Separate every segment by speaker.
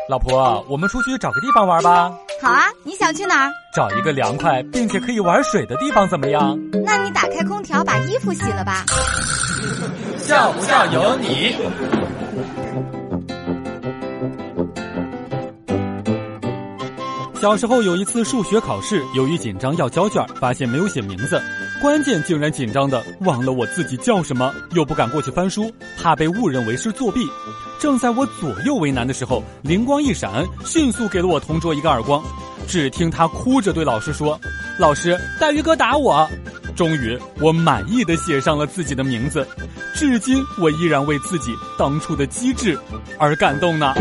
Speaker 1: 老婆，我们出去找个地方玩吧。
Speaker 2: 好啊，你想去哪儿？
Speaker 1: 找一个凉快并且可以玩水的地方怎么样？
Speaker 2: 那你打开空调把衣服洗了吧。
Speaker 3: 笑不笑由你。
Speaker 1: 小时候有一次数学考试，由于紧张要交卷，发现没有写名字，关键竟然紧张的忘了我自己叫什么，又不敢过去翻书，怕被误认为是作弊。正在我左右为难的时候，灵光一闪，迅速给了我同桌一个耳光。只听他哭着对老师说：“老师，大鱼哥打我。”终于，我满意的写上了自己的名字。至今，我依然为自己当初的机智而感动呢。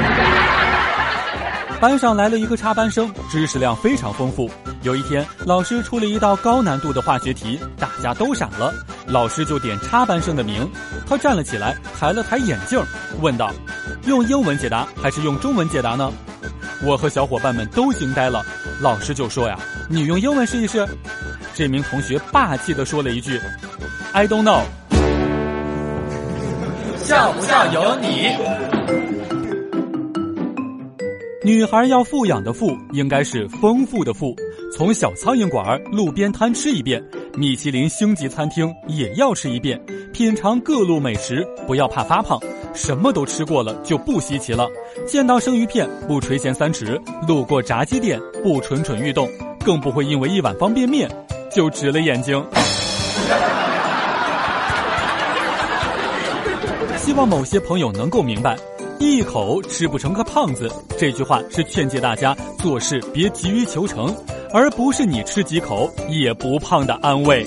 Speaker 1: 班上来了一个插班生，知识量非常丰富。有一天，老师出了一道高难度的化学题，大家都傻了。老师就点插班生的名，他站了起来，抬了抬眼镜，问道：“用英文解答还是用中文解答呢？”我和小伙伴们都惊呆了。老师就说呀：“你用英文试一试。”这名同学霸气地说了一句 ：“I don't know。”
Speaker 3: 笑不笑由你。
Speaker 1: 女孩要富养的富应该是丰富的富，从小苍蝇馆、路边摊吃一遍，米其林星级餐厅也要吃一遍，品尝各路美食，不要怕发胖，什么都吃过了就不稀奇了。见到生鱼片不垂涎三尺，路过炸鸡店不蠢蠢欲动，更不会因为一碗方便面就直了眼睛。希望某些朋友能够明白，一口吃不成个胖子，这句话是劝诫大家做事别急于求成，而不是你吃几口也不胖的安慰。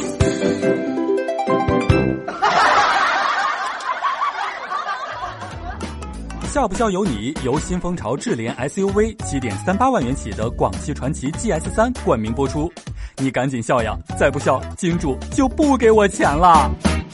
Speaker 1: 笑不笑由你，由新风潮智联 SUV 7.38万元起的广汽传祺 GS3 冠名播出。你赶紧笑呀，再不笑，金主就不给我钱了。